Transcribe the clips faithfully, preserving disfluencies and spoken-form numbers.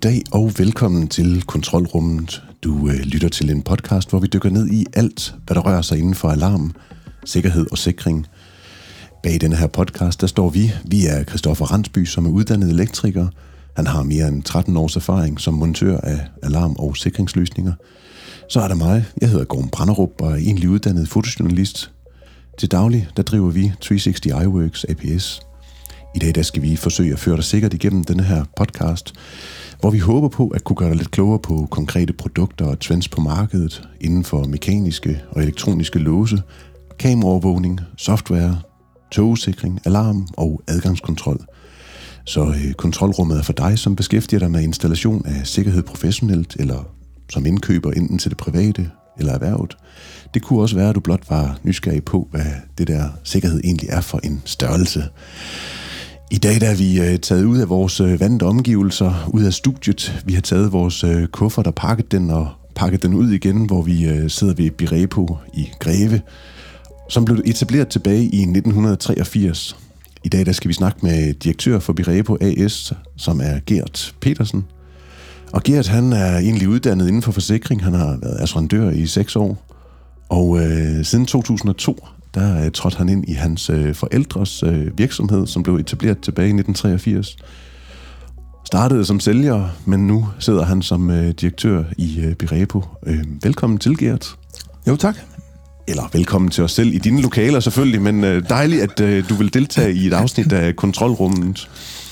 Goddag og velkommen til Kontrolrummet. Du øh, lytter til en podcast, hvor vi dykker ned i alt, hvad der rører sig inden for alarm, sikkerhed og sikring. Bag denne her podcast, der står vi. Vi er Christoffer Randsby, som er uddannet elektriker. Han har mere end tretten års erfaring som montør af alarm- og sikringsløsninger. Så er der mig. Jeg hedder Gorm Branderup og er egentlig uddannet fotojournalist. Til daglig, der driver vi tre sixty iWorks A P S. I dag der skal vi forsøge at føre dig sikkert igennem denne her podcast, hvor vi håber på at kunne gøre dig lidt klogere på konkrete produkter og trends på markedet inden for mekaniske og elektroniske låse, kameraovervågning, software, togsikring, alarm og adgangskontrol. Så øh, kontrolrummet er for dig, som beskæftiger dig med installation af sikkerhed professionelt, eller som indkøber enten til det private eller erhvervet. Det kunne også være, at du blot var nysgerrig på, hvad det der sikkerhed egentlig er for en størrelse. I dag der er vi øh, taget ud af vores øh, vante omgivelser, ud af studiet. Vi har taget vores øh, kuffert og pakket den og pakket den ud igen, hvor vi øh, sidder ved Birepo i Greve, som blev etableret tilbage i nitten treogfirs. I dag der skal vi snakke med direktør for Birepo A S, som er Gert Petersen. Og Gert, han er egentlig uddannet inden for forsikring. Han har været assurandør i seks år. Og øh, siden to tusind og to, der øh, trådte han ind i hans øh, forældres øh, virksomhed, som blev etableret tilbage i nitten treogfirs. Startede som sælger, men nu sidder han som øh, direktør i øh, Birepo. Øh, velkommen til, Gert. Jo, tak. Eller velkommen til os selv i dine lokaler selvfølgelig, men øh, dejligt, at øh, du vil deltage i et afsnit af Kontrolrummet.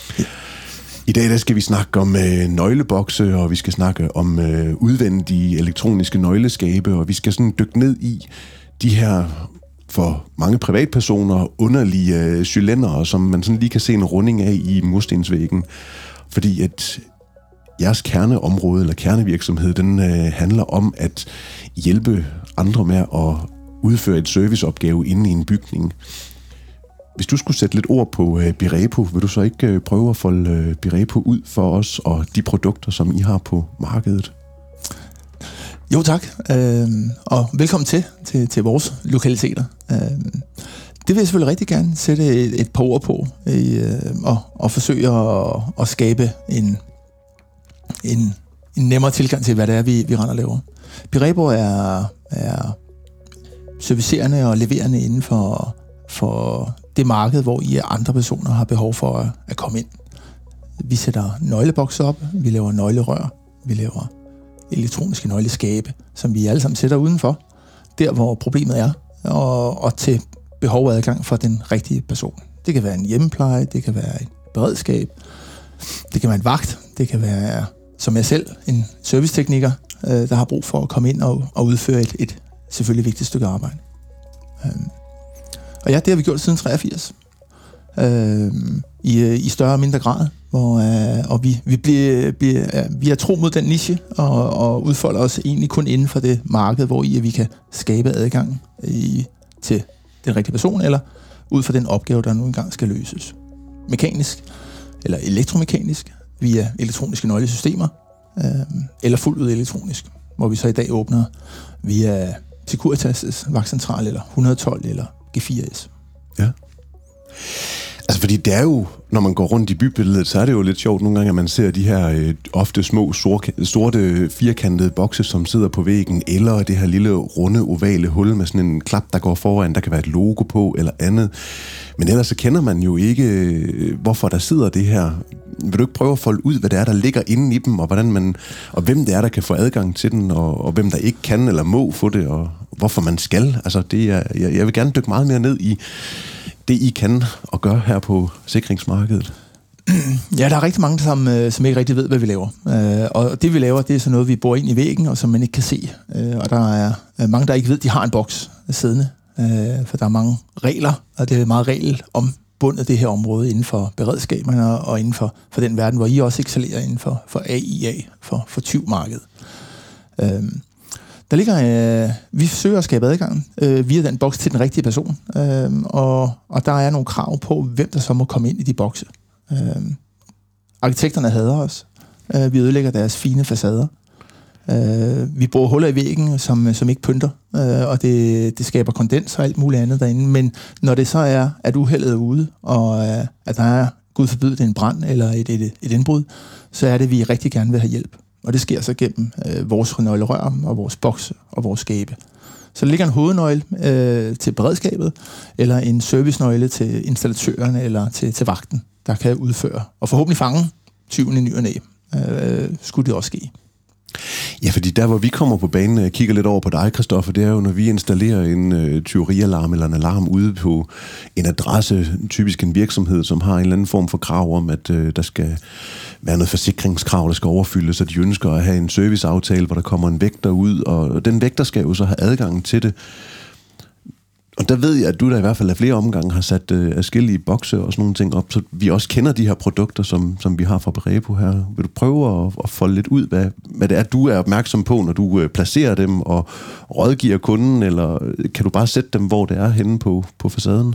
I dag der skal vi snakke om øh, nøglebokse, og vi skal snakke om øh, udvendige elektroniske nøgleskabe, og vi skal sådan dykke ned i de her for mange privatpersoner underlige øh, cylindere, som man sådan lige kan se en runding af i murstensvæggen. Fordi at jeres kerneområde eller kernevirksomhed, den øh, handler om at hjælpe andre med at udføre et serviceopgave inde i en bygning. Hvis du skulle sætte lidt ord på uh, Birepo, vil du så ikke uh, prøve at folde uh, Birepo ud for os og de produkter, som I har på markedet? Jo, tak. Øh, og velkommen til, til, til vores lokaliteter. Øh, det vil jeg selvfølgelig rigtig gerne sætte et, et par ord på øh, og, og forsøge at, at skabe en, en, en nemmere tilgang til, hvad det er, vi, vi render og laver. Birepo er, er servicerende og leverende inden for, for det marked, hvor I andre personer har behov for at, at komme ind. Vi sætter nøglebokse op, vi laver nøglerør, vi laver elektroniske nøgleskabe, som vi alle sammen sætter udenfor, der hvor problemet er, og, og til behov og adgang for den rigtige person. Det kan være en hjemmepleje, det kan være et beredskab, det kan være en vagt, det kan være, som jeg selv, en servicetekniker, øh, der har brug for at komme ind og, og udføre et, et selvfølgelig vigtigt stykke arbejde. Um, Og ja, det har vi gjort siden treogfirs. Øh, i, I større og mindre grad. Hvor, øh, og vi, vi, bliver, bliver, vi er tro mod den niche, og, og udfolder os egentlig kun inden for det marked, hvor i, at vi kan skabe adgang i, til den rigtige person, eller ud fra den opgave, der nu engang skal løses. Mekanisk, eller elektromekanisk, via elektroniske nøglesystemer, øh, eller fuldt ud elektronisk, hvor vi så i dag åbner via Securitas' vagtcentral, eller et hundrede og tolv, eller G fire S. Ja. Altså fordi det er jo, når man går rundt i bybilledet, så er det jo lidt sjovt nogle gange, at man ser de her øh, ofte små, sorte, sorte, firkantede bokse, som sidder på væggen, eller det her lille, runde, ovale hul med sådan en klap, der går foran, der kan være et logo på, eller andet. Men ellers så kender man jo ikke, øh, hvorfor der sidder det her. Vil du ikke prøve at folde ud, hvad det er, der ligger inde i dem, og, hvordan man, og hvem det er, der kan få adgang til den, og, og hvem der ikke kan eller må få det, og hvorfor man skal? Altså, det er, jeg, jeg vil gerne dykke meget mere ned i det, I kan og gør her på sikringsmarkedet. Ja, der er rigtig mange, som, som ikke rigtig ved, hvad vi laver. Og det, vi laver, det er sådan noget, vi bor ind i væggen, og som man ikke kan se. Og der er mange, der ikke ved, de har en boks siddende. For der er mange regler, og det er meget regel om bundet det her område inden for beredskaberne og inden for, for den verden, hvor I også excellerer inden for, for A I A, for, for tyvmarkedet. Øhm, der ligger, øh, vi forsøger at skabe adgang øh, via den boks til den rigtige person, øh, og, og der er nogle krav på, hvem der så må komme ind i de bokse. Øh, arkitekterne hader os. Øh, vi ødelægger deres fine facader. Øh, vi bruger huller i væggen, som, som ikke pynter, øh, og det, det skaber kondens og alt muligt andet derinde. Men når det så er, at uheldet er ude, og øh, at der er, Gud forbyde det, en brand eller et, et, et indbrud, så er det, at vi rigtig gerne vil have hjælp. Og det sker så gennem øh, vores nøglerør og vores bokse og vores skabe. Så der ligger en hovednøgle øh, til beredskabet, eller en servicenøgle til installatøren eller til, til vagten, der kan udføre og forhåbentlig fange tyven i ny og næ. Øh, skulle det også ske. Ja, fordi der, hvor vi kommer på banen, og jeg kigger lidt over på dig, Christoffer, det er jo, når vi installerer en øh, tyverialarm eller en alarm ude på en adresse, typisk en virksomhed, som har en eller anden form for krav om, at øh, der skal være noget forsikringskrav, der skal overfyldes, så de ønsker at have en serviceaftale, hvor der kommer en vægter ud, og den vægter skal jo så have adgang til det. Og der ved jeg, at du der i hvert fald af flere omgange har sat øh, forskellige bokse og sådan nogle ting op, så vi også kender de her produkter, som, som vi har fra Berepo her. Vil du prøve at, at folde lidt ud, hvad, hvad det er, du er opmærksom på, når du øh, placerer dem og rådgiver kunden, eller kan du bare sætte dem, hvor det er henne på, på facaden?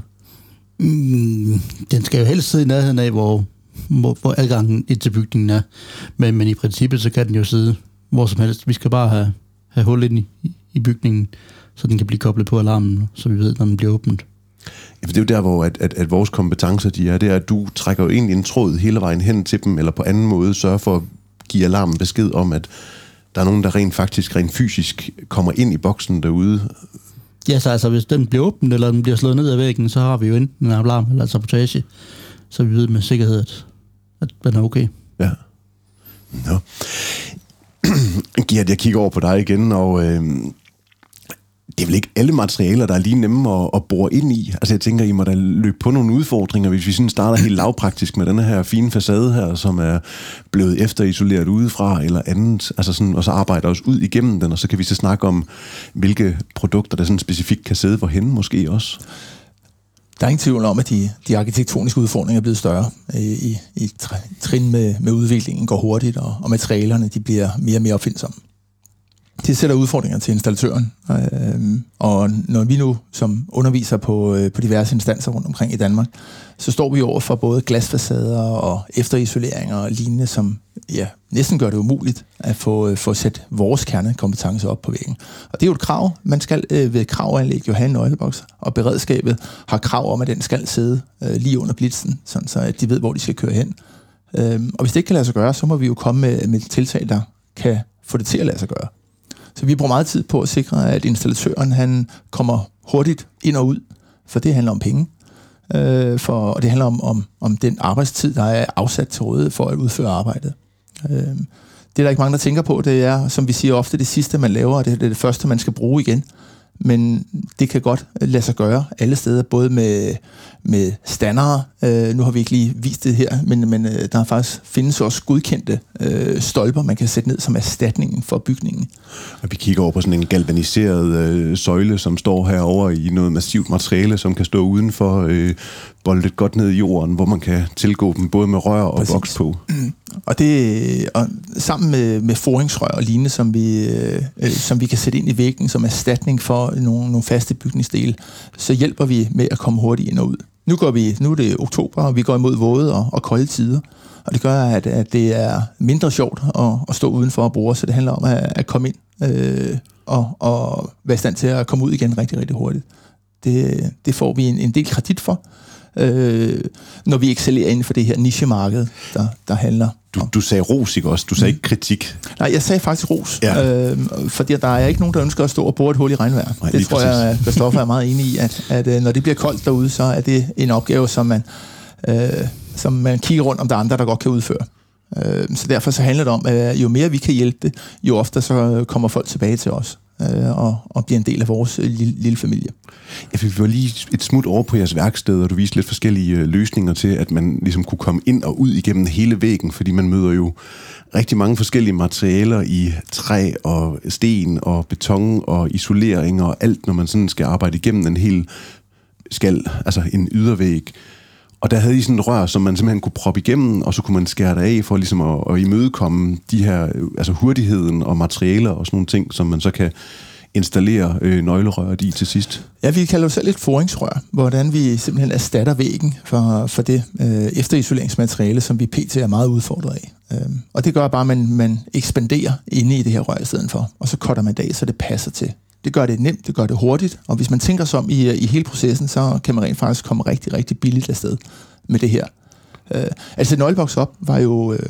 Mm, den skal jo helst sidde i nærheden af, hvor, hvor, hvor adgangen ind til bygningen er. Men, men i princippet, så kan den jo sidde hvor som helst. Vi skal bare have, have hul ind i, i bygningen, så den kan blive koblet på alarmen, så vi ved, når den bliver åbnet. Ja, for det er jo der, hvor at, at, at vores kompetencer de er, det er, at du trækker jo egentlig en tråd hele vejen hen til dem, eller på anden måde sørger for at give alarmen besked om, at der er nogen, der rent faktisk, rent fysisk kommer ind i boksen derude. Ja, så altså, hvis den bliver åbnet, eller den bliver slået ned ad væggen, så har vi jo enten en alarm eller en sabotage, så vi ved med sikkerhed, at, at den er okay. Ja. Nå. Gert, jeg kigger over på dig igen, og øh, det er vel ikke alle materialer, der er lige nemme at, at bore ind i. Altså jeg tænker, I må da løbe på nogle udfordringer, hvis vi sådan starter helt lavpraktisk med denne her fine facade her, som er blevet efterisoleret udefra eller andet, altså sådan, og så arbejder os ud igennem den, og så kan vi så snakke om, hvilke produkter, der sådan specifikt kan sidde hvorhenne måske også. Der er ingen tvivl om, at de, de arkitektoniske udfordringer er blevet større. I, i trin med, med udviklingen går hurtigt, og, og materialerne de bliver mere og mere opfindsomme. Det sætter udfordringer til installatøren, øh, og når vi nu som underviser på, øh, på diverse instanser rundt omkring i Danmark, så står vi over for både glasfacader og efterisoleringer og lignende, som ja, næsten gør det umuligt at få, få sat vores kernekompetencer op på væggen. Og det er jo et krav. Man skal øh, ved kravanlæg jo have en nøgleboks, og beredskabet har krav om, at den skal sidde øh, lige under blitzen, sådan så at de ved, hvor de skal køre hen. Øh, og hvis det ikke kan lade sig gøre, så må vi jo komme med, med et tiltag, der kan få det til at lade sig gøre. Så vi bruger meget tid på at sikre, at installatøren han kommer hurtigt ind og ud, for det handler om penge. Øh, for, og det handler om, om, om den arbejdstid, der er afsat til rådighed for at udføre arbejdet. Øh, det er der ikke mange, der tænker på. Det er, som vi siger ofte, det sidste, man laver, og det er det første, man skal bruge igen. Men det kan godt lade sig gøre alle steder, både med, med standarder. Øh, nu har vi ikke lige vist det her, men, men øh, der faktisk findes også godkendte øh, stolper, man kan sætte ned som erstatningen for bygningen. Og vi kigger over på sådan en galvaniseret øh, søjle, som står herovre i noget massivt materiale, som kan stå udenfor, øh, boldet godt ned i jorden, hvor man kan tilgå dem både med rør og boks på. Og det og sammen med, med foringsrør og lignende, som vi, øh, som vi kan sætte ind i væggen som erstatning for nogle, nogle faste bygningsdele, så hjælper vi med at komme hurtigt ind og ud. Nu, går vi, nu er det oktober, og vi går imod våde og, og kolde tider, og det gør, at, at det er mindre sjovt at, at stå udenfor og bruge, så det handler om at, at komme ind øh, og, og være i stand til at komme ud igen rigtig, rigtig hurtigt. Det, det får vi en, en del kredit for, øh, når vi excellerer inden for det her nichemarked, der, der handler du, om. Du sagde ros, ikke også? Du sagde mm. ikke kritik. Nej, jeg sagde faktisk ros, ja. øh, fordi der er ikke nogen, der ønsker at stå og bore et hul i regnvejr. Nej, det tror præcis. jeg, at Christoffer er meget enig i, at, at når det bliver koldt derude, så er det en opgave, som man, øh, som man kigger rundt, om der er andre, der godt kan udføre. Øh, så derfor så handler det om, at jo mere vi kan hjælpe det, jo oftere så kommer folk tilbage til os. Og, og bliver en del af vores lille, lille familie. Ja, vi var lige et smut over på jeres værksted, og du viste lidt forskellige løsninger til, at man ligesom kunne komme ind og ud igennem hele væggen, fordi man møder jo rigtig mange forskellige materialer i træ og sten og beton og isolering og alt, når man sådan skal arbejde igennem en hel skal, altså en ydervæg. Og der havde I sådan et rør, som man simpelthen kunne proppe igennem, og så kunne man skære det af for ligesom at, at imødekomme de her, altså hurtigheden og materialer og sådan nogle ting, som man så kan installere øh, nøglerøret i til sidst. Ja, vi kalder det selv et foringsrør, hvordan vi simpelthen erstatter væggen for, for det øh, efterisoleringsmateriale, som vi pt. Er meget udfordret af. Øh, og det gør bare, at man, man ekspanderer inde i det her rør i stedet for, og så cutter man det af, så det passer til. Det gør det nemt, det gør det hurtigt, og hvis man tænker sig om i, i hele processen, så kan man rent faktisk komme rigtig, rigtig billigt afsted med det her. Øh, altså nøgleboks op var jo, øh,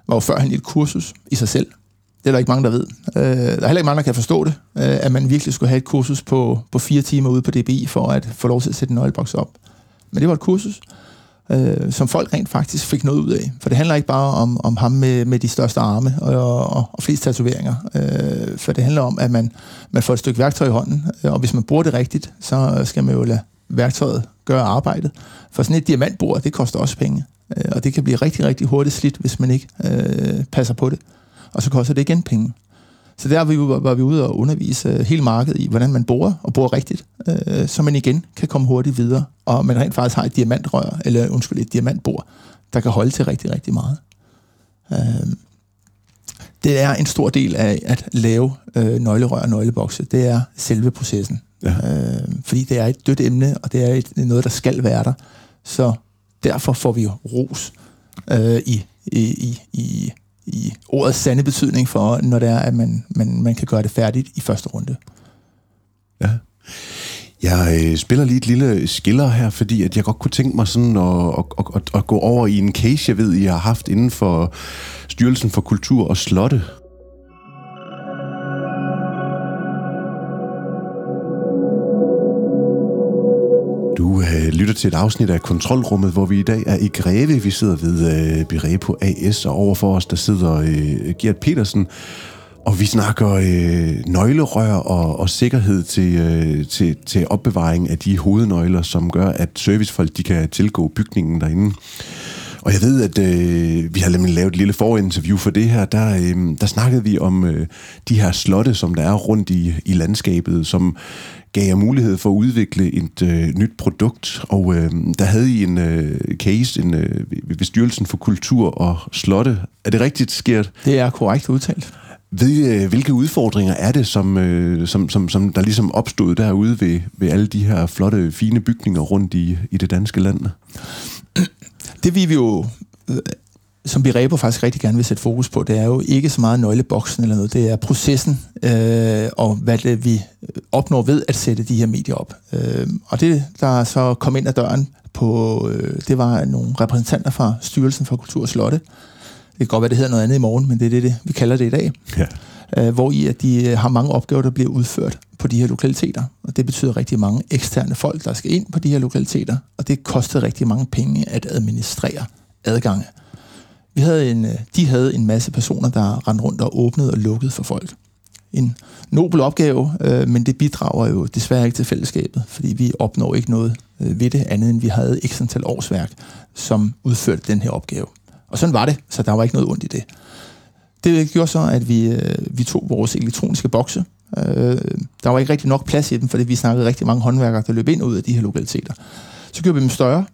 var jo førhen et kursus i sig selv. Det er der ikke mange, der ved. Øh, der er heller ikke mange, der kan forstå det, øh, at man virkelig skulle have et kursus på, på fire timer ude på D B I, for at få lov til at sætte en nøgleboks op. Men det var et kursus, øh, som folk rent faktisk fik noget ud af. For det handler ikke bare om, om ham med, med de største arme og, og, og flest tatoveringer. Øh, for det handler om, at man, man får et stykke værktøj i hånden, og hvis man bruger det rigtigt, så skal man jo lade værktøjet gøre arbejdet. For sådan et diamantbord, det koster også penge. Øh, og det kan blive rigtig, rigtig hurtigt slidt, hvis man ikke øh, passer på det. Og så koster det igen penge. Så der var vi, var vi ude og undervise hele markedet i, hvordan man borer, og borer rigtigt, øh, så man igen kan komme hurtigt videre, og man rent faktisk har et diamantrør, eller undskyld, et diamantbord, der kan holde til rigtig, rigtig meget. Øh, det er en stor del af at lave øh, nøglerør og nøglebokse. Det er selve processen. Ja. Øh, fordi det er et dødt emne, og det er et, noget, der skal være der. Så derfor får vi jo ros øh, i, i, i i ordets sande betydning for, når det er, at man, man, man kan gøre det færdigt i første runde. Ja. Jeg øh, spiller lige et lille skiller her, fordi at jeg godt kunne tænke mig sådan at, at, at, at gå over i en case, jeg ved, I har haft inden for Styrelsen for Kultur og Slotte. Du øh, lytter til et afsnit af Kontrolrummet, hvor vi i dag er i Greve. Vi sidder ved øh, Birepo A S, og overfor os der sidder øh, Gert Petersen, og vi snakker øh, nøglerør og, og sikkerhed til, øh, til, til opbevaring af de hovednøgler, som gør, at servicefolk de kan tilgå bygningen derinde. Og jeg ved, at øh, vi har nemlig lavet et lille forinterview for det her. Der, øh, der snakkede vi om øh, de her slotte, som der er rundt i, i landskabet, som gav jer mulighed for at udvikle et øh, nyt produkt. Og øh, der havde I en øh, case en, øh, ved Styrelsen for Kultur og Slotte. Er det rigtigt, Skert? Det er korrekt udtalt. Ved, øh, hvilke udfordringer er det, som, øh, som, som, som der ligesom opstod derude ved, ved alle de her flotte, fine bygninger rundt i, i det danske land? Det vi jo, øh, som Birepo faktisk rigtig gerne vil sætte fokus på, det er jo ikke så meget nøgleboksen eller noget, det er processen øh, og hvad det, vi opnår ved at sætte de her medier op. Øh, og det, der så kom ind ad døren på, øh, det var nogle repræsentanter fra Styrelsen for Kultur og Slotte. Det kan godt være, det hedder noget andet i morgen, men det er det, det vi kalder det i dag. Ja. Øh, hvor i at de har mange opgaver, der bliver udført på de her lokaliteter. Og det betyder rigtig mange eksterne folk, der skal ind på de her lokaliteter. Og det koster rigtig mange penge at administrere adgange. Vi havde en, de havde en masse personer, der rendte rundt og åbnede og lukkede for folk. En nobel opgave, øh, men det bidrager jo desværre ikke til fællesskabet, fordi vi opnår ikke noget øh, ved det andet, end vi havde x antal årsværk, som udførte den her opgave. Og sådan var det, så der var ikke noget ondt i det. Det gjorde så, at vi, øh, vi tog vores elektroniske bokse. Øh, der var ikke rigtig nok plads i dem, fordi vi snakkede rigtig mange håndværkere, der løb ind ud af de her lokaliteter. Så gjorde vi dem større,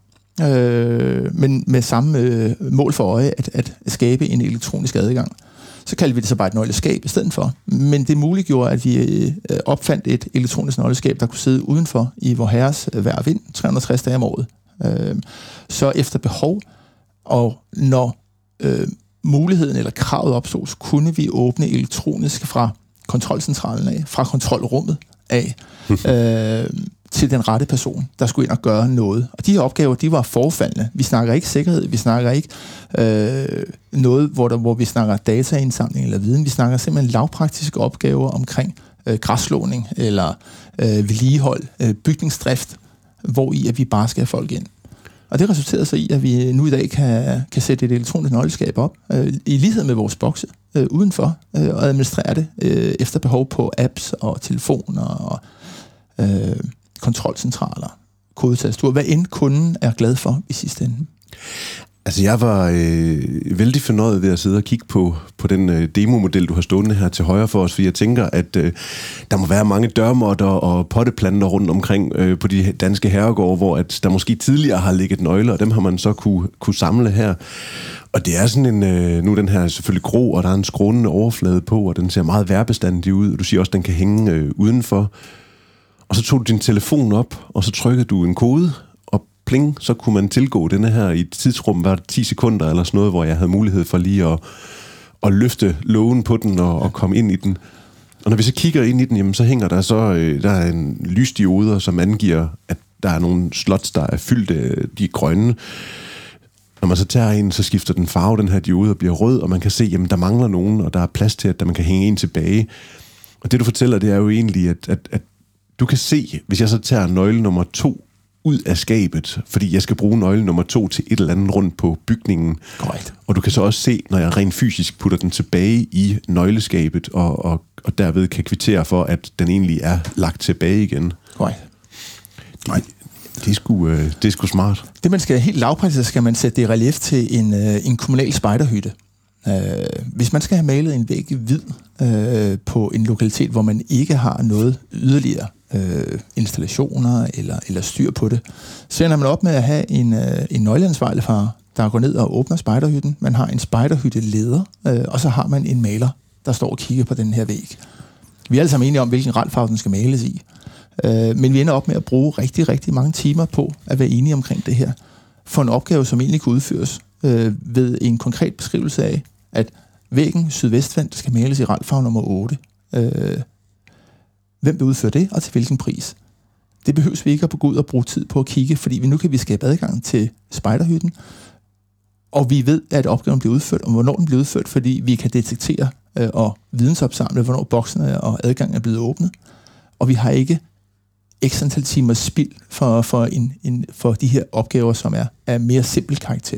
øh, men med samme øh, mål for øje, at, at skabe en elektronisk adgang. Så kaldte vi det så bare et nøgleskab i stedet for. Men det muliggjorde, at vi øh, opfandt et elektronisk nøgleskab, der kunne sidde udenfor i vor herres vejr og vind tre hundrede og tres dage om året. Øh, så efter behov, og når øh, muligheden eller kravet opstod, så kunne vi åbne elektronisk fra kontrolcentralen af, fra kontrolrummet af, øh, til den rette person, der skulle ind og gøre noget. Og de her opgaver, de var forfaldende. Vi snakker ikke sikkerhed, vi snakker ikke øh, noget, hvor, der, hvor vi snakker dataindsamling eller viden. Vi snakker simpelthen lavpraktiske opgaver omkring øh, græsslåning eller øh, vedligehold, øh, bygningsdrift, hvor i at vi bare skal have folk ind. Og det resulterede så i, at vi nu i dag kan, kan sætte et elektronisk nøgleskab op, øh, i lighed med vores bokse, øh, udenfor, øh, og administrere det øh, efter behov på apps og telefoner og øh, kontrolcentraler, kodetastatur, hvad end kunden er glad for i sidste ende. Altså, jeg var øh, vældig fornøjet ved at sidde og kigge på, på den øh, demomodel, du har stående her til højre for os, fordi jeg tænker, at øh, der må være mange dørmåtter og potteplanter rundt omkring øh, på de danske herregårde, hvor at der måske tidligere har ligget nøgler, og dem har man så kunne, kunne samle her. Og det er sådan en, øh, nu er den her selvfølgelig grå, og der er en skrånende overflade på, og den ser meget vejrbestandig ud, og du siger også, at den kan hænge øh, udenfor. Og så tog du din telefon op, og så trykkede du en kode, pling, så kunne man tilgå denne her i et tidsrum, var det ti sekunder eller sådan noget, hvor jeg havde mulighed for lige at, at løfte lågen på den og, og komme ind i den. Og når vi så kigger ind i den, jamen, så hænger der så øh, der er en lysdioder, som angiver, at der er nogle slots, der er fyldt, de er grønne. Når man så tager en, så skifter den farve, den her diode, og bliver rød, og man kan se, jamen der mangler nogen, og der er plads til, at man kan hænge en tilbage. Og det du fortæller, det er jo egentlig, at, at, at du kan se, hvis jeg så tager nøgle nummer to ud af skabet, fordi jeg skal bruge nøgle nummer to til et eller andet rundt på bygningen. Korrekt. Og du kan så også se, når jeg rent fysisk putter den tilbage i nøgleskabet, og, og, og derved kan kvittere for, at den egentlig er lagt tilbage igen. Korrekt. Det, det, er sgu, øh, det er sgu smart. Det man skal helt lavpraktisk, skal man sætte det i relief til en, øh, en kommunal spejderhytte. Øh, hvis man skal have malet en væg hvid øh, på en lokalitet, hvor man ikke har noget yderligere øh, installationer eller, eller styr på det, så ender man op med at have en, øh, en nøgleansvarlig fra, der går ned og åbner spejderhytten. Man har en spejderhytteleder, øh, og så har man en maler, der står og kigger på den her væg. Vi er alle sammen enige om, hvilken randfarve den skal males i. Øh, men vi ender op med at bruge rigtig, rigtig mange timer på at være enige omkring det her, for en opgave, som egentlig kan udføres øh, ved en konkret beskrivelse af, at væggen sydvestvendt skal males i randfarve nummer otte. Øh, hvem vil udføre det, og til hvilken pris? Det behøves vi ikke at gå ud og bruge tid på at kigge, fordi vi nu kan vi skabe adgang til spejderhytten, og vi ved, at opgaven bliver udført, og hvornår den bliver udført, fordi vi kan detektere øh, og vidensopsamle, hvornår boksene og adgangen er blevet åbnet. Og vi har ikke x antal timer spild for, for, en, en, for de her opgaver, som er af mere simpel karakter.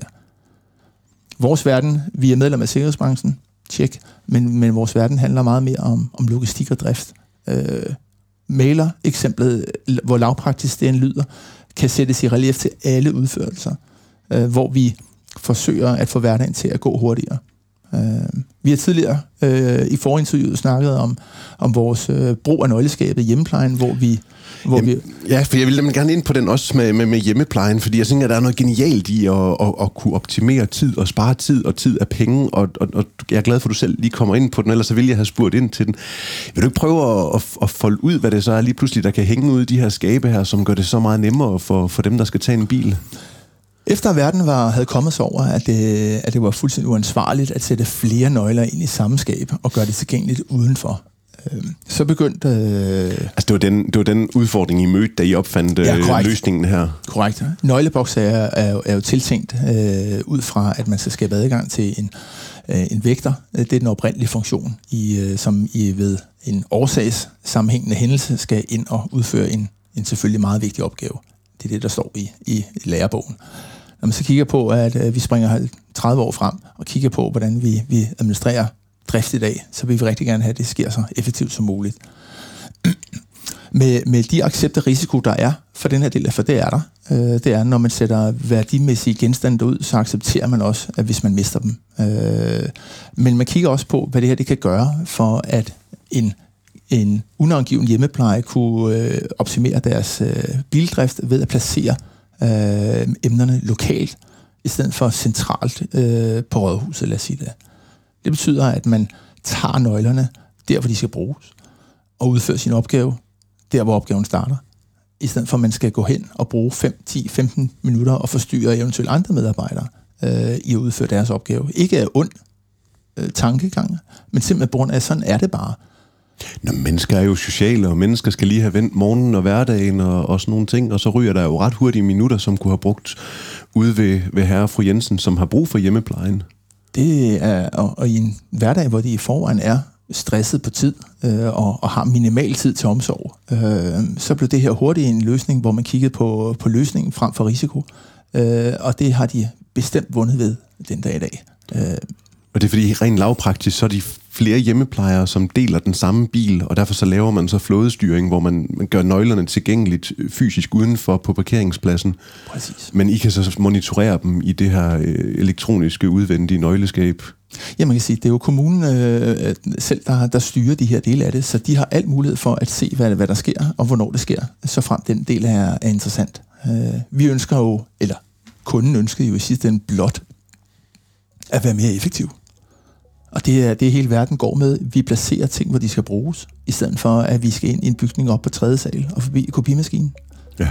Vores verden, vi er medlem af sikkerhedsbranchen, tjek, men, men vores verden handler meget mere om, om logistik og drift. Øh, mailer, eksemplet, hvor lavpraktisk det lyder, kan sættes i relief til alle udførelser, øh, hvor vi forsøger at få hverdagen til at gå hurtigere. Øh, vi har tidligere øh, i forinterviewet snakket om, om vores øh, brug af nøgleskabet i hjemmeplejen, hvor vi... Hvor Jamen, vi ja, for jeg vil nemlig gerne ind på den også med, med, med hjemmeplejen, fordi jeg tænker, at der er noget genialt i at, at, at kunne optimere tid og spare tid, og tid er penge, og, og, og jeg er glad for, at du selv lige kommer ind på den, ellers så vil jeg have spurgt ind til den. Vil du ikke prøve at, at, at folde ud, hvad det så er lige pludselig, der kan hænge ud i de her skabe her, som gør det så meget nemmere for, for dem, der skal tage en bil? Efter verden var, havde kommet sig over, at det, at det var fuldstændig uansvarligt at sætte flere nøgler ind i samme skab og gøre det tilgængeligt udenfor, øh, så begyndte... Øh, altså det var, den, det var den udfordring, I mødte, da I opfandt ja, løsningen her? Korrekt. Nøgleboks er, er, er jo tiltænkt øh, ud fra, at man skal skabe adgang til en, øh, en vægter. Det er den oprindelige funktion, i, øh, som I ved en årsagssammenhængende hændelse skal ind og udføre en, en selvfølgelig meget vigtig opgave. Det er det, der står i, i lærebogen. Når man så kigger på, at øh, vi springer tredive år frem og kigger på, hvordan vi, vi administrerer drift i dag, så vil vi rigtig gerne have, at det sker så effektivt som muligt. med, med de accepter risiko, der er for den her del, for det er der, øh, det er, når man sætter værdimæssige genstande ud, så accepterer man også, at hvis man mister dem. Øh, men man kigger også på, hvad det her det kan gøre for, at en en unangiven hjemmepleje kunne øh, optimere deres øh, bildrift ved at placere øh, emnerne lokalt, i stedet for centralt øh, på rådhuset, lad os sige det. Det betyder, at man tager nøglerne der, hvor de skal bruges, og udfører sin opgave der, hvor opgaven starter, i stedet for, at man skal gå hen og bruge fem, ti, femten minutter og forstyrre eventuelt andre medarbejdere øh, i at udføre deres opgave. Ikke af ond øh, tankegang, men simpelthen på grund af, sådan er det bare. Nå, mennesker er jo sociale, og mennesker skal lige have vendt morgenen og hverdagen og, og sådan nogle ting, og så ryger der jo ret hurtige minutter, som kunne have brugt ude ved, ved herre og fru Jensen, som har brug for hjemmeplejen. Det er, og, og i en hverdag, hvor de i forvejen er stresset på tid, øh, og, og har minimal tid til omsorg, øh, så blev det her hurtigt en løsning, hvor man kiggede på, på løsningen frem for risiko, øh, og det har de bestemt vundet ved den dag i dag. Øh, Og det er fordi, rent lavpraktisk, så er de flere hjemmeplejere, som deler den samme bil, og derfor så laver man så flådestyring, hvor man, man gør nøglerne tilgængeligt fysisk udenfor på parkeringspladsen. Præcis. Men I kan så monitorere dem i det her øh, elektroniske udvendige nøgleskab. Ja, man kan sige, det er jo kommunen øh, selv, der, der styrer de her dele af det, så de har alt mulighed for at se, hvad, hvad der sker, og hvornår det sker, så frem den del er, er interessant. Øh, vi ønsker jo, eller kunden ønsker jo i sidste ende blot, at være mere effektiv. Og det er det, hele verden går med. Vi placerer ting, hvor de skal bruges, i stedet for, at vi skal ind i en bygning op på tredje sal og forbi kopimaskinen. Ja.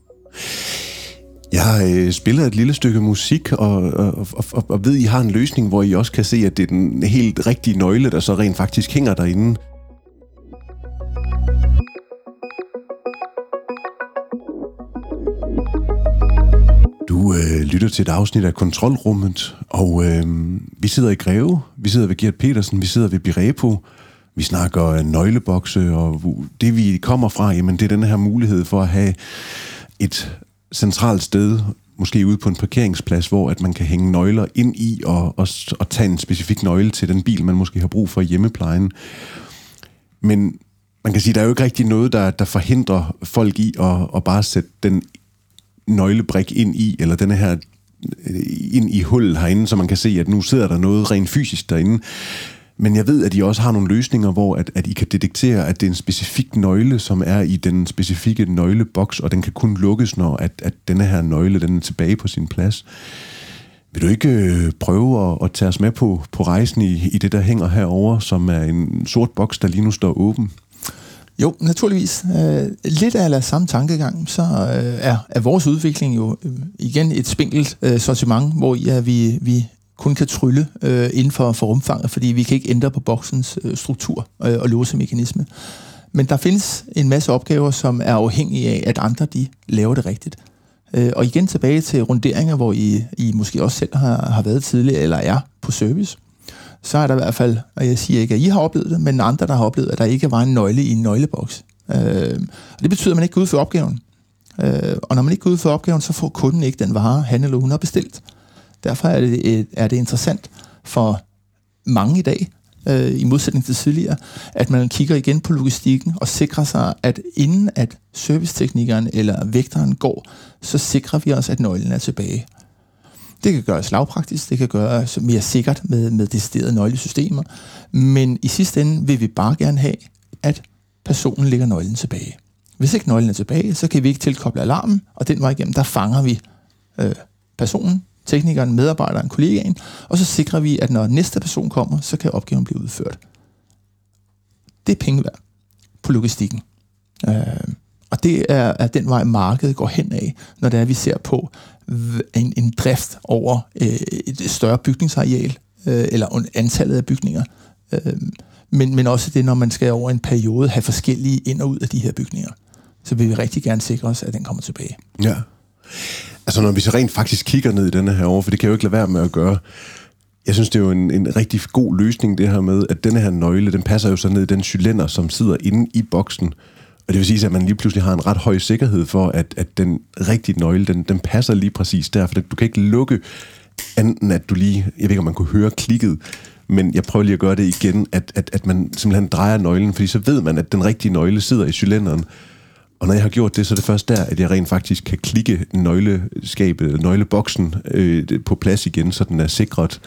Jeg øh, spiller et lille stykke musik, og, og, og, og ved, I har en løsning, hvor I også kan se, at det er den helt rigtige nøgle, der så rent faktisk hænger derinde. Du Du øh, lytter til et afsnit af Kontrolrummet, og øh, vi sidder i Greve, vi sidder ved Gert Petersen, vi sidder ved Birepo, vi snakker nøglebokse, og det vi kommer fra, jamen det er den her mulighed for at have et centralt sted, måske ude på en parkeringsplads, hvor at man kan hænge nøgler ind i og, og, og tage en specifik nøgle til den bil, man måske har brug for i hjemmeplejen. Men man kan sige, der er jo ikke rigtig noget, der, der forhindrer folk i at, at bare sætte den nøglebrik ind i, eller denne her ind i hullet herinde, så man kan se, at nu sidder der noget rent fysisk derinde. Men jeg ved, at I også har nogle løsninger, hvor at, at I kan detektere, at det er en specifik nøgle, som er i den specifikke nøgleboks, og den kan kun lukkes, når at, at denne her nøgle den er tilbage på sin plads. Vil du ikke øh, prøve at, at tage os med på, på rejsen i, i det, der hænger herover, som er en sort boks, der lige nu står åben? Jo, naturligvis. Øh, lidt af samme tankegang, så øh, er, er vores udvikling jo øh, igen et spinkelt øh, sortiment, hvor ja, vi, vi kun kan trylle øh, inden for, for rumfanget, fordi vi kan ikke ændre på boksens øh, struktur øh, og låsemekanisme. Men der findes en masse opgaver, som er afhængige af, at andre de laver det rigtigt. Øh, og igen tilbage til runderinger, hvor I, I måske også selv har, har været tidligere eller er på service. Så er der i hvert fald, og jeg siger ikke, at I har oplevet det, men andre, der har oplevet, at der ikke var en nøgle i en nøgleboks. Øh, og det betyder, at man ikke kan udføre opgaven. Øh, og når man ikke kan udføre opgaven, så får kunden ikke den vare, han eller hun har bestilt. Derfor er det, er det interessant for mange i dag, øh, i modsætning til tidligere, at man kigger igen på logistikken og sikrer sig, at inden at serviceteknikeren eller vægteren går, så sikrer vi os, at nøglen er tilbage. Det kan gøres lavpraktisk, det kan gøres mere sikkert med, med deciderede nøglesystemer, men i sidste ende vil vi bare gerne have, at personen lægger nøglen tilbage. Hvis ikke nøglen er tilbage, så kan vi ikke tilkoble alarmen, og den vej igennem, der fanger vi øh, personen, teknikeren, medarbejderen, kollegaen, og så sikrer vi, at når næste person kommer, så kan opgaven blive udført. Det er penge værd på logistikken. Øh, og det er, er den vej, markedet går hen af, når det er, vi ser på en, en drift over øh, et større bygningsareal, øh, eller antallet af bygninger. Øh, men, men også det, når man skal over en periode have forskellige ind og ud af de her bygninger. Så vil vi rigtig gerne sikre os, at den kommer tilbage. Ja. Altså når vi så rent faktisk kigger ned i denne her over, for det kan jeg jo ikke lade være med at gøre. Jeg synes, det er jo en, en rigtig god løsning, det her med, at denne her nøgle, den passer jo så ned i den cylinder, som sidder inde i boksen. Og det vil sige, at man lige pludselig har en ret høj sikkerhed for, at, at den rigtige nøgle, den, den passer lige præcis der. For du kan ikke lukke, enten at du lige, jeg ved ikke, om man kunne høre klikket, men jeg prøver lige at gøre det igen, at, at, at man simpelthen drejer nøglen, fordi så ved man, at den rigtige nøgle sidder i cylinderen. Og når jeg har gjort det, så er det først der, at jeg rent faktisk kan klikke nøgleskabet, nøgleboksen øh, på plads igen, så den er sikret.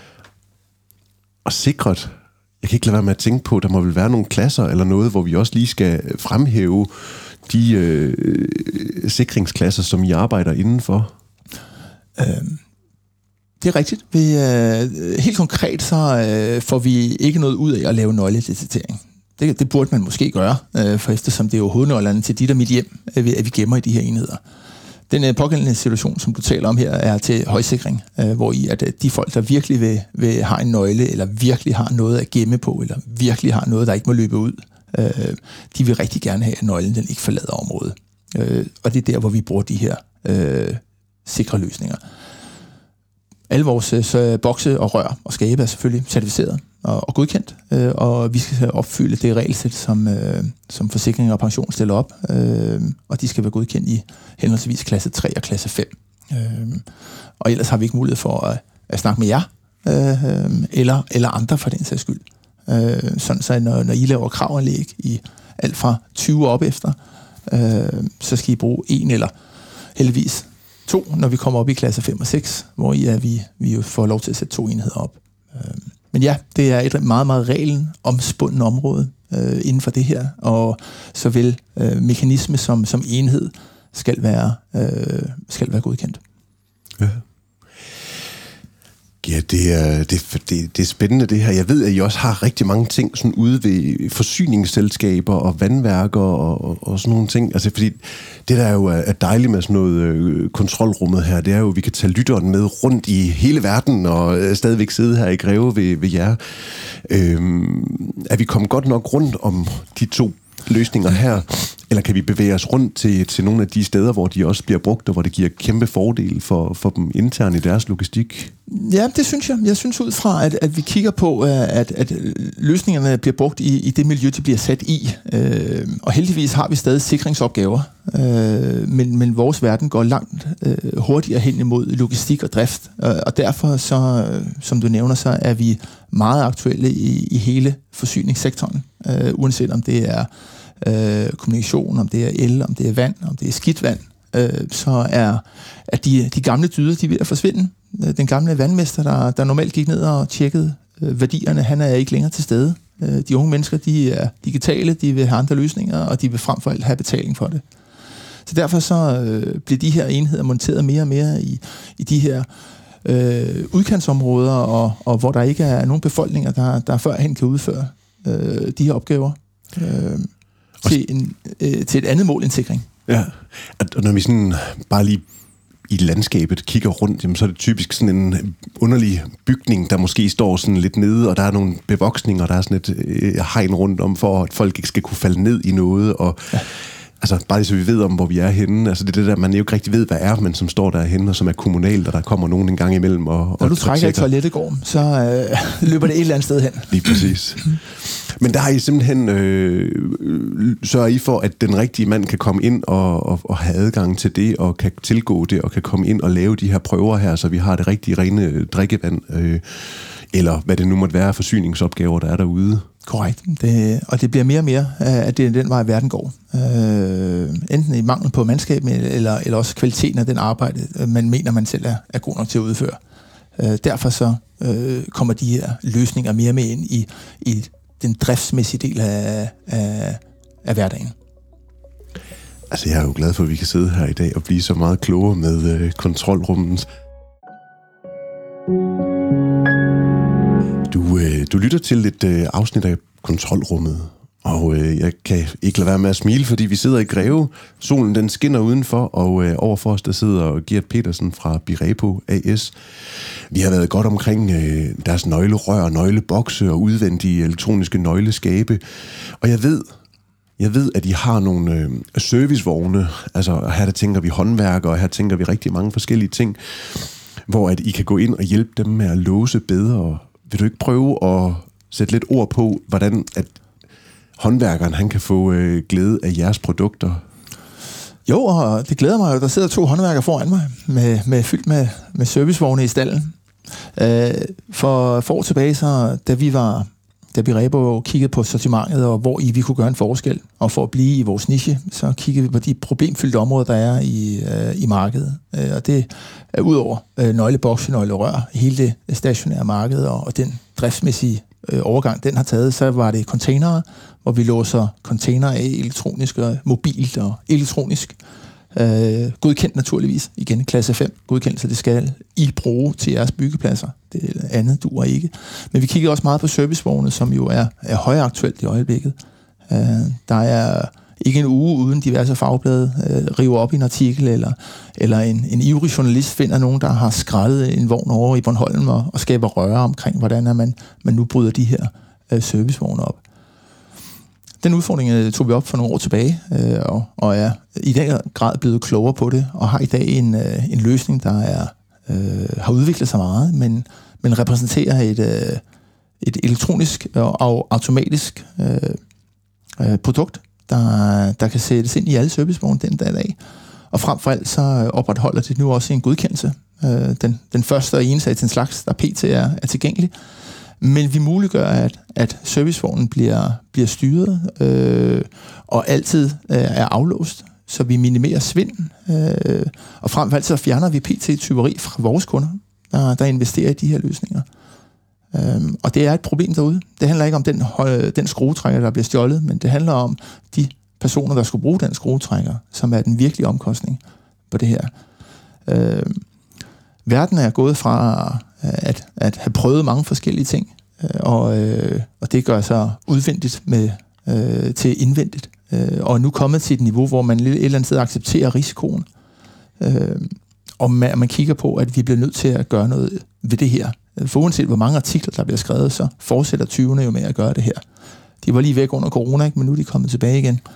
Og sikret, jeg kan ikke lade være med at tænke på, der må vel være nogle klasser eller noget, hvor vi også lige skal fremhæve de øh, sikringsklasser, som I arbejder indenfor. Øhm, det er rigtigt. Vi, øh, helt konkret så øh, får vi ikke noget ud af at lave nøgledetektering. Det, det burde man måske gøre, øh, for eftersom det er jo hovednøglerne til dit og mit hjem, at vi, at vi gemmer i de her enheder. Den øh, pågældende situation, som du taler om her, er til højsikring, øh, hvor i at øh, de folk, der virkelig vil, vil have en nøgle, eller virkelig har noget at gemme på, eller virkelig har noget, der ikke må løbe ud, øh, de vil rigtig gerne have, at nøglen den ikke forlader området. Øh, og det er der, hvor vi bruger de her øh, sikre løsninger. Alle vores øh, bokse og rør og skabe er selvfølgelig certificeret og, og godkendt, øh, og vi skal opfylde det regelsæt, som, øh, som forsikring og pension stiller op, øh, og de skal være godkendt i henholdsvis klasse tre og klasse fem. Øh, og ellers har vi ikke mulighed for at, at snakke med jer, øh, eller, eller andre for den sags skyld. Øh, sådan så når, når I laver kravanlæg i alt fra tyve op efter, øh, så skal I bruge en eller heldigvis to, når vi kommer op i klasse fem og seks, hvor I er, vi, vi jo får lov til at sætte to enheder op. Men ja, det er et meget, meget reglen omspundet område øh, inden for det her, og såvel øh, mekanisme som, som enhed skal være, øh, skal være godkendt. Ja. Ja, det er, det, det, det er spændende det her. Jeg ved, at I også har rigtig mange ting sådan ude ved forsyningsselskaber og vandværker og, og, og sådan nogle ting. Altså, fordi det, der jo er dejligt med sådan noget øh, kontrolrummet her, det er jo, at vi kan tage lytteren med rundt i hele verden og øh, stadigvæk sidde her i Greve ved, ved jer. Øh, er vi kommet godt nok rundt om de to løsninger her? Eller kan vi bevæge os rundt til, til nogle af de steder, hvor de også bliver brugt, og hvor det giver kæmpe fordel for, for dem internt i deres logistik? Ja, det synes jeg. Jeg synes ud fra, at, at vi kigger på, at, at løsningerne bliver brugt i, i det miljø, de bliver sat i. Øh, og heldigvis har vi stadig sikringsopgaver, øh, men, men vores verden går langt øh, hurtigere hen imod logistik og drift. Øh, og derfor, så, som du nævner, så er vi meget aktuelle i, i hele forsyningssektoren, øh, uanset om det er øh, kommunikation, om det er el, om det er vand, om det er skidt vand. Øh, så er, er de, de gamle dyder, de er ved at forsvinde. Den gamle vandmester, der, der normalt gik ned og tjekkede øh, værdierne, han er ikke længere til stede. Øh, de unge mennesker, de er digitale, de vil have andre løsninger, og de vil frem for alt have betaling for det. Så derfor så øh, bliver de her enheder monteret mere og mere i, i de her øh, udkantsområder, og, og hvor der ikke er nogen befolkninger, der, der førhen kan udføre øh, de her opgaver øh, til, en, øh, til et andet mål end sikring. Ja, og når vi sådan bare lige i landskabet kigger rundt, jamen, så er det typisk sådan en underlig bygning, der måske står sådan lidt nede, og der er nogle bevoksninger, og der er sådan et øh, hegn rundt om, for at folk ikke skal kunne falde ned i noget, og ja. Altså, bare lige så vi ved om, hvor vi er henne. Altså, det er det der, man jo ikke rigtig ved, hvad er, men som står derhenne, og som er kommunalt, og der kommer nogen en gang imellem. Og, Når du og trækker i toilettegården, så øh, løber det et eller andet sted hen. Lige præcis. Men der har I simpelthen øh, sørger I for, at den rigtige mand kan komme ind og, og, og have adgang til det, og kan tilgå det, og kan komme ind og lave de her prøver her, så vi har det rigtige rene drikkevand, øh, eller hvad det nu måtte være, forsyningsopgaver, der er derude. Korrekt. Det, og det bliver mere og mere, at det er den vej, verden går. Øh, enten i mangel på mandskab, eller, eller også kvaliteten af den arbejde, man mener, man selv er, er god nok til at udføre. Øh, derfor så øh, kommer de her løsninger mere med ind i, i den driftsmæssige del af, af, af hverdagen. Altså, jeg er jo glad for, at vi kan sidde her i dag og blive så meget klogere med øh, kontrolrummet. Du, øh, du lytter til et øh, afsnit af Kontrolrummet, og øh, jeg kan ikke lade være med at smile, fordi vi sidder i Greve. Solen den skinner udenfor, og øh, overfor os der sidder Gert Petersen fra Birepo A S. Vi har været godt omkring øh, deres nøglerør, nøglebokse og udvendige elektroniske nøgleskabe, og jeg ved, jeg ved, at I har nogle øh, servicevogne. Altså her der tænker vi håndværkere, og her tænker vi rigtig mange forskellige ting, hvor at I kan gå ind og hjælpe dem med at låse bedre. Vil du ikke prøve at sætte lidt ord på, hvordan at håndværkeren han kan få øh, glæde af jeres produkter? Jo, og det glæder mig jo. Der sidder to håndværkere foran mig, med, med fyldt med, med servicevogne i stallen. Øh, for, for år tilbage, så, da vi var, da Birepo kiggede på sortimentet, og hvor i vi kunne gøre en forskel, og for at blive i vores niche, så kiggede vi på de problemfyldte områder, der er i, øh, i markedet. Øh, og det er udover øh, nøglebokse, nøglerør, hele det stationære marked, og, og den driftsmæssige øh, overgang, den har taget, så var det containere, hvor vi låser containere af elektronisk og mobilt og elektronisk. Øh, godkendt naturligvis. Igen, klasse fem godkendelse, det skal I bruge til jeres byggepladser. Det andet duer ikke. Men vi kigger også meget på servicevogne, som jo er, er højaktuelt i øjeblikket. Øh, der er ikke en uge uden diverse fagblade øh, river op i en artikel, eller, eller en, en ivrig journalist finder nogen, der har skrællet en vogn over i Bornholm og, og skaber røre omkring, hvordan er man, man nu bryder de her øh, servicevogne op. Den udfordring tog vi op for nogle år tilbage, øh, og, og er i den grad blevet klogere på det, og har i dag en, øh, en løsning, der er, øh, har udviklet sig meget, men, men repræsenterer et, øh, et elektronisk og, og automatisk øh, øh, produkt, der, der kan sættes ind i alle servicevogne den dag. Og frem for alt så opretholder det nu også en godkendelse. Øh, den, den første og eneste af den slags, der pt. er, er tilgængelig. Men vi muliggør, at, at servicevognen bliver, bliver styret øh, og altid øh, er aflåst, så vi minimerer svinden. Øh, og frem for alt så fjerner vi pt. Tyveri fra vores kunder, der, der investerer i de her løsninger. Øh, og det er et problem derude. Det handler ikke om den, den skruetrækker, der bliver stjålet, men det handler om de personer, der skulle bruge den skruetrækker, som er den virkelige omkostning på det her. Øh, verden er gået fra at, at have prøvet mange forskellige ting, og, øh, og det gør sig udvendigt med, øh, til indvendigt. Øh, og er nu kommet til et niveau, hvor man et eller andet sted accepterer risikoen. Øh, og man, man kigger på, at vi bliver nødt til at gøre noget ved det her. For uanset hvor mange artikler, der bliver skrevet, så fortsætter tyverne jo med at gøre det her. De var lige væk under corona, ikke? Men nu er de kommet tilbage igen.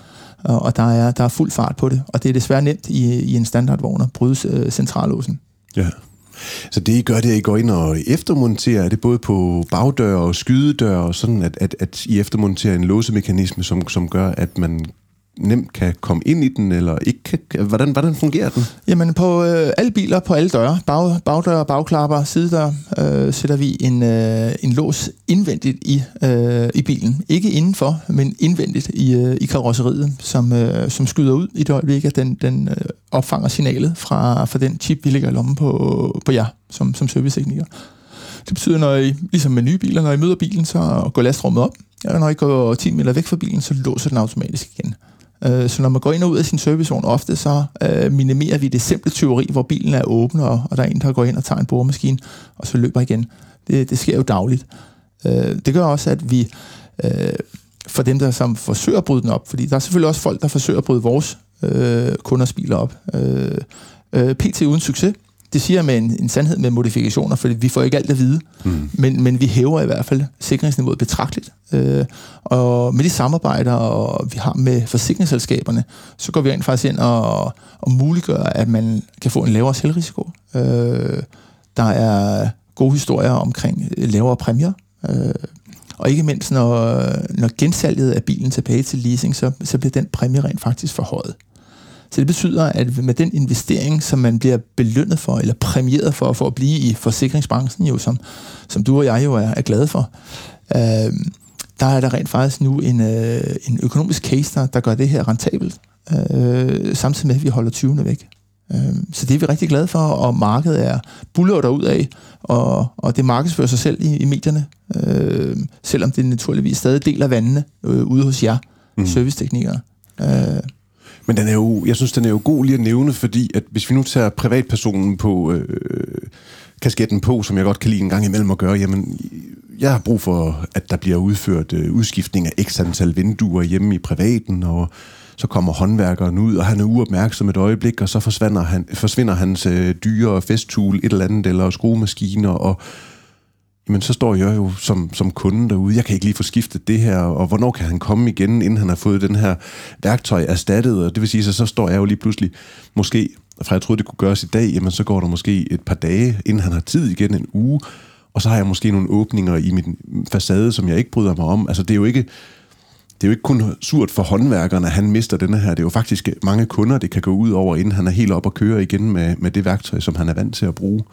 og, og der, er, der er fuld fart på det. Og det er desværre nemt i, i en standardvogn at bryde øh, centrallåsen. Ja. Så det I gør, det er, at I går ind og eftermonterer, er det både på bagdør og skydedør, og sådan, at, at, at I eftermonterer en låsemekanisme, som, som gør, at man nemt kan komme ind i den, eller ikke kan, hvordan, hvordan fungerer den? Jamen på øh, alle biler, på alle døre, bag, bagdør, bagklapper, sidedør, øh, sætter vi en, øh, en lås indvendigt i, øh, i bilen. Ikke indenfor, men indvendigt i, øh, i karrosseriet, som, øh, som skyder ud i det øjeblik, at den, den øh, opfanger signalet fra, fra den chip, vi lægger i lommen på, på jer, som, som servicetekniker. Det betyder, når I, ligesom med nye biler, når I møder bilen, så går lastrummet op, og når I går ti meter væk fra bilen, så låser den automatisk igen. Så når man går ind og ud af sin servicevogn ofte, så øh, minimerer vi det simple tyveri, hvor bilen er åben, og, og der er en, der går ind og tager en boremaskine, og så løber igen. Det, det sker jo dagligt. Øh, det gør også, at vi, øh, for dem, der som forsøger at bryde den op, fordi der er selvfølgelig også folk, der forsøger at bryde vores øh, kunders biler op. Øh, øh, P T uden succes. Det siger jeg med en, en sandhed med modifikationer, for vi får ikke alt at vide, mm. men, men vi hæver i hvert fald sikringsniveauet betragteligt. Øh, og med de samarbejder, og vi har med forsikringsselskaberne, så går vi ind faktisk ind og, og muliggør, at man kan få en lavere selvrisiko. Øh, der er gode historier omkring lavere præmier, øh, og ikke mindst, når, når gensalget af bilen tilbage til leasing, så, så bliver den præmie rent faktisk forhøjet. Så det betyder, at med den investering, som man bliver belønnet for, eller præmieret for, for at blive i forsikringsbranchen, jo, som, som du og jeg jo er, er glade for, øh, der er der rent faktisk nu en, øh, en økonomisk case, der, der gør det her rentabelt, øh, samtidig med, at vi holder tyvene væk. Øh, så det er vi rigtig glade for, og markedet er buller derudad, og, og det markedsfører sig selv i, i medierne, øh, selvom det naturligvis stadig deler vandene øh, ude hos jer, mm. serviceteknikere. Øh, Men den er jo, jeg synes, den er jo god lige at nævne, fordi at hvis vi nu tager privatpersonen på øh, kasketten på, som jeg godt kan lide en gang imellem at gøre, jamen, jeg har brug for, at der bliver udført øh, udskiftning af x antal vinduer hjemme i privaten, og så kommer håndværkeren ud, og han er uopmærksom et øjeblik, og så forsvinder, han, forsvinder hans øh, dyre festtool, et eller andet, eller skruemaskiner, og jamen, så står jeg jo som, som kunde derude. Jeg kan ikke lige få skiftet det her, og hvornår kan han komme igen, inden han har fået den her værktøj erstattet? Og det vil sige, så, så står jeg jo lige pludselig, måske, fra jeg troede, det kunne gøres i dag, jamen så går der måske et par dage, inden han har tid igen, en uge, og så har jeg måske nogle åbninger i min facade, som jeg ikke bryder mig om. Altså, det er jo ikke, det er jo ikke kun surt for håndværkerne, at han mister denne her. Det er jo faktisk mange kunder, det kan gå ud over, inden han er helt op og køre igen med, med det værktøj, som han er vant til at bruge.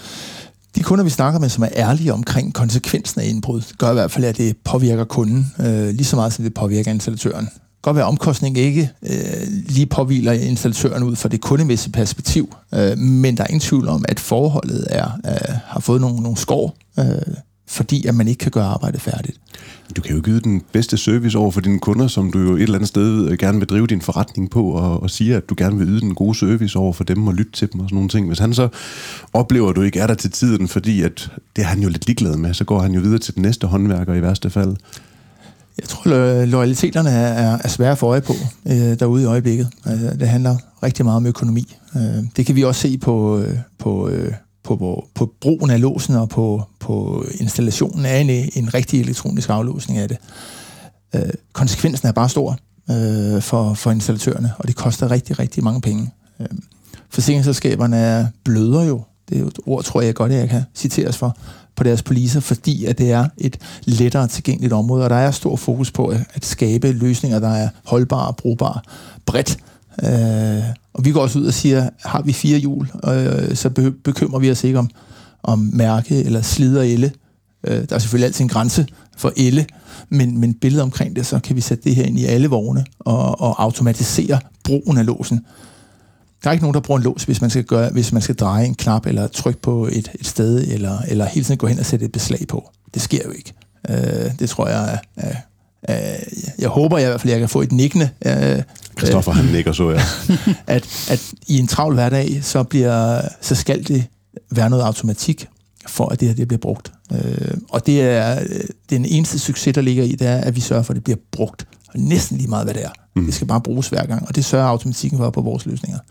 De kunder, vi snakker med, som er ærlige omkring konsekvensen af indbrud, gør i hvert fald, at det påvirker kunden øh, lige så meget, som det påvirker installatøren. Det kan godt være, at omkostningen ikke øh, lige påhviler installatøren ud fra det kundemæssige perspektiv, øh, men der er ingen tvivl om, at forholdet er, øh, har fået nogle, nogle skår, øh, fordi at man ikke kan gøre arbejdet færdigt. Du kan jo give den bedste service over for dine kunder, som du jo et eller andet sted gerne vil drive din forretning på, og, og siger, at du gerne vil yde den gode service over for dem og lytte til dem og sådan nogle ting. Hvis han så oplever, at du ikke er der til tiden, fordi at det er han jo lidt ligeglad med, så går han jo videre til den næste håndværker i værste fald. Jeg tror, lo- loyaliteterne er, er svære at få øje på øh, derude i øjeblikket. Øh, det handler rigtig meget om økonomi. Øh, det kan vi også se på... Øh, på øh, På, på brugen af låsen og på, på installationen af en, en rigtig elektronisk aflåsning af det. Øh, konsekvensen er bare stor øh, for, for installatørerne, og det koster rigtig, rigtig mange penge. Øh, forsikringsselskaberne er bløder jo, det er jo et ord, tror jeg godt, at jeg kan citeres for, på deres policer, fordi at det er et lettere tilgængeligt område, og der er stor fokus på at, at skabe løsninger, der er holdbare og brugbare bredt. Øh, og vi går også ud og siger, har vi fire hjul, øh, så be- bekymrer vi os ikke om, om mærke eller slider elle. Øh, der er selvfølgelig altid en grænse for elle, men, men billedet omkring det, så kan vi sætte det her ind i alle vogne og, og automatisere brugen af låsen. Der er ikke nogen, der bruger en lås, hvis man skal, gøre, hvis man skal dreje en knap eller trykke på et, et sted, eller, eller hele tiden gå hen og sætte et beslag på. Det sker jo ikke. Øh, det tror jeg er... er Uh, jeg håber jeg i hvert fald, at jeg kan få et nikkende. Christoffer, uh, han nikker, så ja. at, at i en travl hverdag, så, bliver, så skal det være noget automatik, for at det her det bliver brugt. Uh, og det er den eneste succes, der ligger i, det er, at vi sørger for, at det bliver brugt. Og næsten lige meget, hvad det er. Mm. Det skal bare bruges hver gang, og det sørger automatikken for på vores løsninger.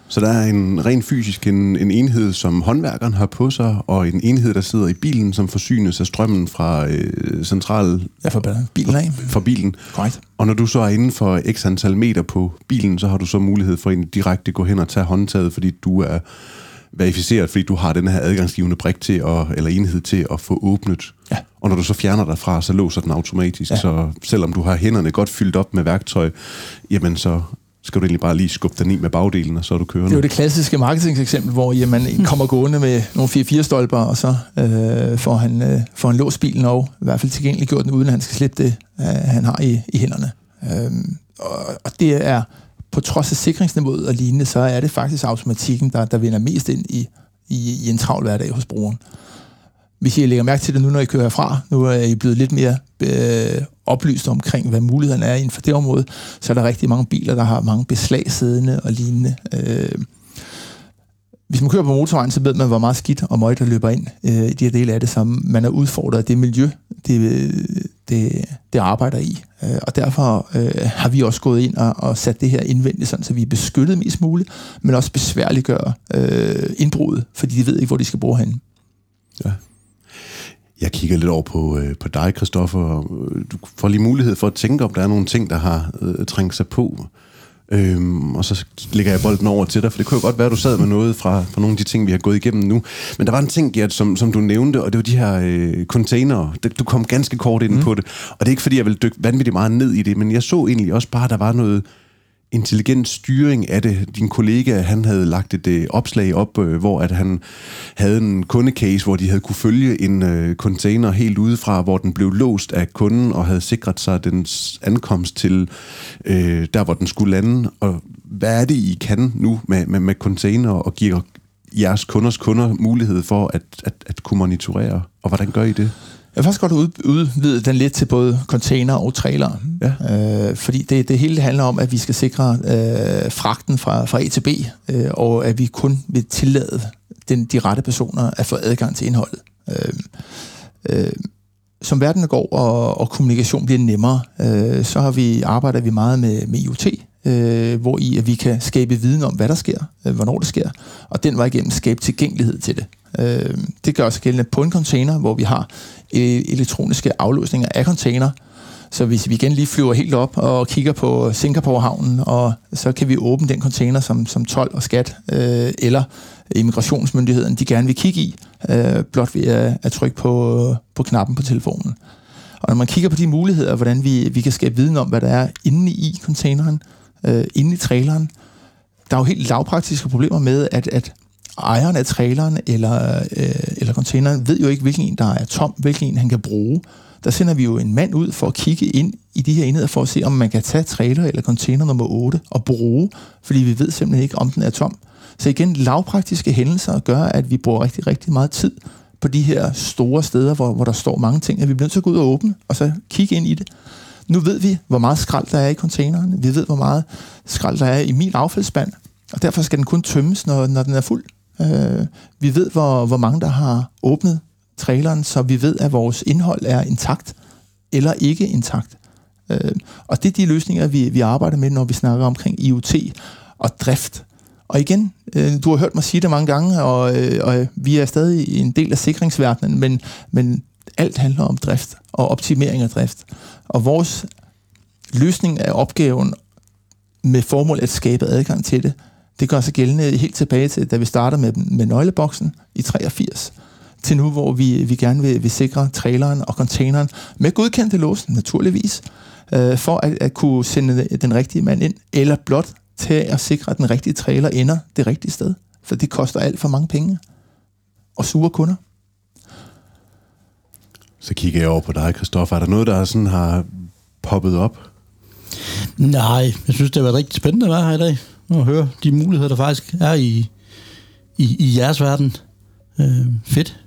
Så der er en rent fysisk en, en enhed, som håndværkeren har på sig, og en enhed, der sidder i bilen, som forsynes af strømmen fra øh, central... Ja, fra bilen af. Fra bilen. Korrekt. Og når du så er inden for x antal meter på bilen, så har du så mulighed for en direkte gå hen og tage håndtaget, fordi du er verificeret, fordi du har den her adgangsgivende brik til at, eller enhed til at få åbnet. Ja. Og når du så fjerner dig fra, så låser den automatisk. Ja. Så selvom du har hænderne godt fyldt op med værktøj, jamen så skal du egentlig bare lige skubbe den i med bagdelen, og så er du kørende. Det er jo det klassiske marketingeksempel, hvor jamen, en kommer gående med nogle fire fire stolper, og så øh, får han, øh, får han låst bilen og i hvert fald tilgængeliggjort den, uden at han skal slippe det, øh, han har i, i hænderne. Øhm, og, og det er, på trods af sikringsniveauet og lignende, så er det faktisk automatikken, der, der vinder mest ind i, i, i en travl hverdag hos brugeren. Hvis I lægger mærke til det nu, når I kører herfra, nu er I blevet lidt mere øh, oplyst omkring, hvad mulighederne er inden for det område, så er der rigtig mange biler, der har mange beslag siddende og lignende. Øh, hvis man kører på motorvejen, så ved man, hvor meget skidt og møg, der løber ind øh, i de her dele af det samme. Man er udfordret af det miljø, det, det, det arbejder i. Øh, og derfor øh, har vi også gået ind og, og sat det her indvendigt, sådan, så vi er beskyttet mest muligt, men også besværliggør øh, indbruddet, fordi de ved ikke, hvor de skal bruge henne. Ja. Jeg kigger lidt over på, øh, på dig, Christoffer, og du får lige mulighed for at tænke, om der er nogle ting, der har øh, trængt sig på. Øhm, og så lægger jeg bolden over til dig, for det kunne jo godt være, at du sad med noget fra, fra nogle af de ting, vi har gået igennem nu. Men der var en ting, Gert, som, som du nævnte, og det var de her øh, containere. Du kom ganske kort ind mm. på det, og det er ikke, fordi jeg vil dykke vanvittigt meget ned i det, men jeg så egentlig også bare, at der var noget intelligent styring af det. Din kollega, han havde lagt et øh, opslag op, øh, hvor at han havde en kundecase, hvor de havde kunne følge en øh, container helt udefra, hvor den blev låst af kunden, og havde sikret sig dens ankomst til øh, der, hvor den skulle lande. Og hvad er det, I kan nu med, med, med container, og giver jeres kunders kunder mulighed for at, at, at kunne monitorere? Og hvordan gør I det? Jeg vil faktisk godt ud, udvide den lidt til både container og trailer. Ja. Øh, fordi det, det hele handler om, at vi skal sikre øh, fragten fra, fra A til B, øh, og at vi kun vil tillade den, de rette personer at få adgang til indholdet. Øh, øh, som verden går, og, og kommunikation bliver nemmere, øh, så har vi, arbejder vi meget med, med I O T, øh, hvor i at vi kan skabe viden om, hvad der sker, øh, hvornår det sker, og den vej igennem skabe tilgængelighed til det. Øh, det gør også gældende på en container, hvor vi har elektroniske afløsninger af container. Så hvis vi igen lige flyver helt op og kigger på Singapore-havnen, og så kan vi åbne den container, som, som told og skat øh, eller immigrationsmyndigheden, de gerne vil kigge i, øh, blot ved at, at trykke på, på knappen på telefonen. Og når man kigger på de muligheder, hvordan vi, vi kan skabe viden om, hvad der er inde i containeren, øh, inde i traileren, der er jo helt lavpraktiske problemer med, at, at ejeren af traileren eller, øh, eller containeren ved jo ikke, hvilken en, der er tom, hvilken en, han kan bruge. Der sender vi jo en mand ud for at kigge ind i de her enheder, for at se, om man kan tage trailer eller container nummer otte og bruge, fordi vi ved simpelthen ikke, om den er tom. Så igen, lavpraktiske hændelser gør, at vi bruger rigtig, rigtig meget tid på de her store steder, hvor, hvor der står mange ting, at vi bliver nødt til at gå ud og åbne, og så kigge ind i det. Nu ved vi, hvor meget skrald der er i containeren. Vi ved, hvor meget skrald der er i min affaldsspand, og derfor skal den kun tømmes, når, når den er fuld. Uh, vi ved, hvor, hvor mange der har åbnet traileren, så vi ved, at vores indhold er intakt eller ikke intakt. Uh, og det er de løsninger, vi, vi arbejder med, når vi snakker omkring I O T og drift. Og igen, uh, du har hørt mig sige det mange gange, og, uh, og vi er stadig en del af sikringsverdenen, men, men alt handler om drift og optimering af drift. Og vores løsning af opgaven med formål at skabe adgang til det, det gør sig gældende helt tilbage til, da vi starter med, med nøgleboksen i treogfirs, til nu, hvor vi, vi gerne vil, vil sikre traileren og containeren med godkendte lås, naturligvis, øh, for at, at kunne sende den rigtige mand ind, eller blot til at sikre, at den rigtige trailer ender det rigtige sted. For det koster alt for mange penge og sure kunder. Så kigger jeg over på dig, Christoffer. Er der noget, der sådan har poppet op? Nej, jeg synes, det har været rigtig spændende at være her i dag, og høre de muligheder, der faktisk er i, i, i jeres verden. Øh, fedt.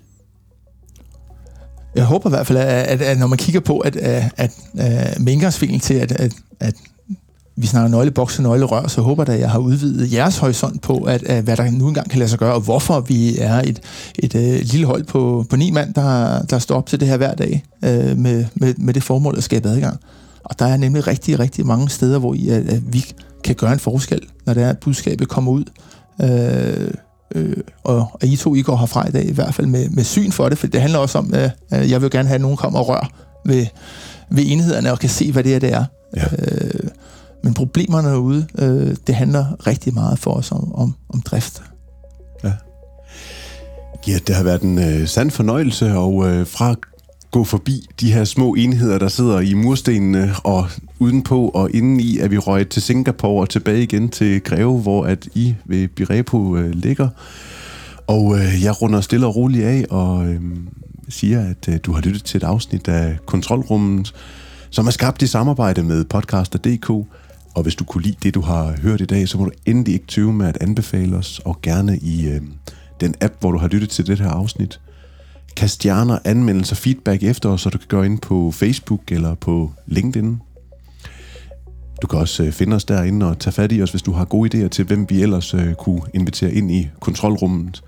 Jeg håber i hvert fald, at, at, at når man kigger på, at, at, at, at med indgangsvinkel til, at, at, at vi snakker nøgleboks og nøglerør, så håber jeg, at jeg har udvidet jeres horisont på, at, at hvad der nu engang kan lade sig gøre, og hvorfor vi er et, et, et, et lille hold på, på ni mand, der, der står op til det her hver dag, øh, med, med, med det formål at skabe adgang. Og der er nemlig rigtig, rigtig mange steder, hvor I, at, at vi kan gøre en forskel, når det er, at budskabet kommer ud Øh, øh, og at I to, I går herfra i dag, i hvert fald med, med syn for det, for det handler også om, at jeg vil gerne have, at nogen kommer og rører ved, ved enhederne og kan se, hvad det er, det er. Ja. Øh, men problemerne derude, øh, det handler rigtig meget for os om, om, om drift. Ja. Ja, det har været en øh, sand fornøjelse, og øh, fra gå forbi de her små enheder, der sidder i murstenene, og udenpå og indeni er vi røget til Singapore og tilbage igen til Greve, hvor at I ved BIREPO øh, ligger. Og øh, jeg runder stille og roligt af og øh, siger, at øh, du har lyttet til et afsnit af Kontrolrummet, som er skabt i samarbejde med podcaster punktum d k. Og hvis du kunne lide det, du har hørt i dag, så må du endelig ikke tøve med at anbefale os, og gerne i øh, den app, hvor du har lyttet til det her afsnit. Kast stjerner, anmeldelser, feedback efter os, så du kan gå ind på Facebook eller på LinkedIn. Du kan også øh, finde os derinde og tage fat i os, hvis du har gode idéer til, hvem vi ellers øh, kunne invitere ind i kontrolrummet.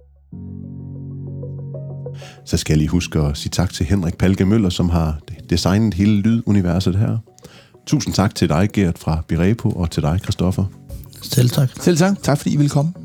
Så skal jeg lige huske at sige tak til Henrik Palke Møller, som har designet hele lyduniverset her. Tusind tak til dig, Gert fra BIREPO, og til dig, Christoffer. Selv tak. Selv tak. Tak fordi I ville komme.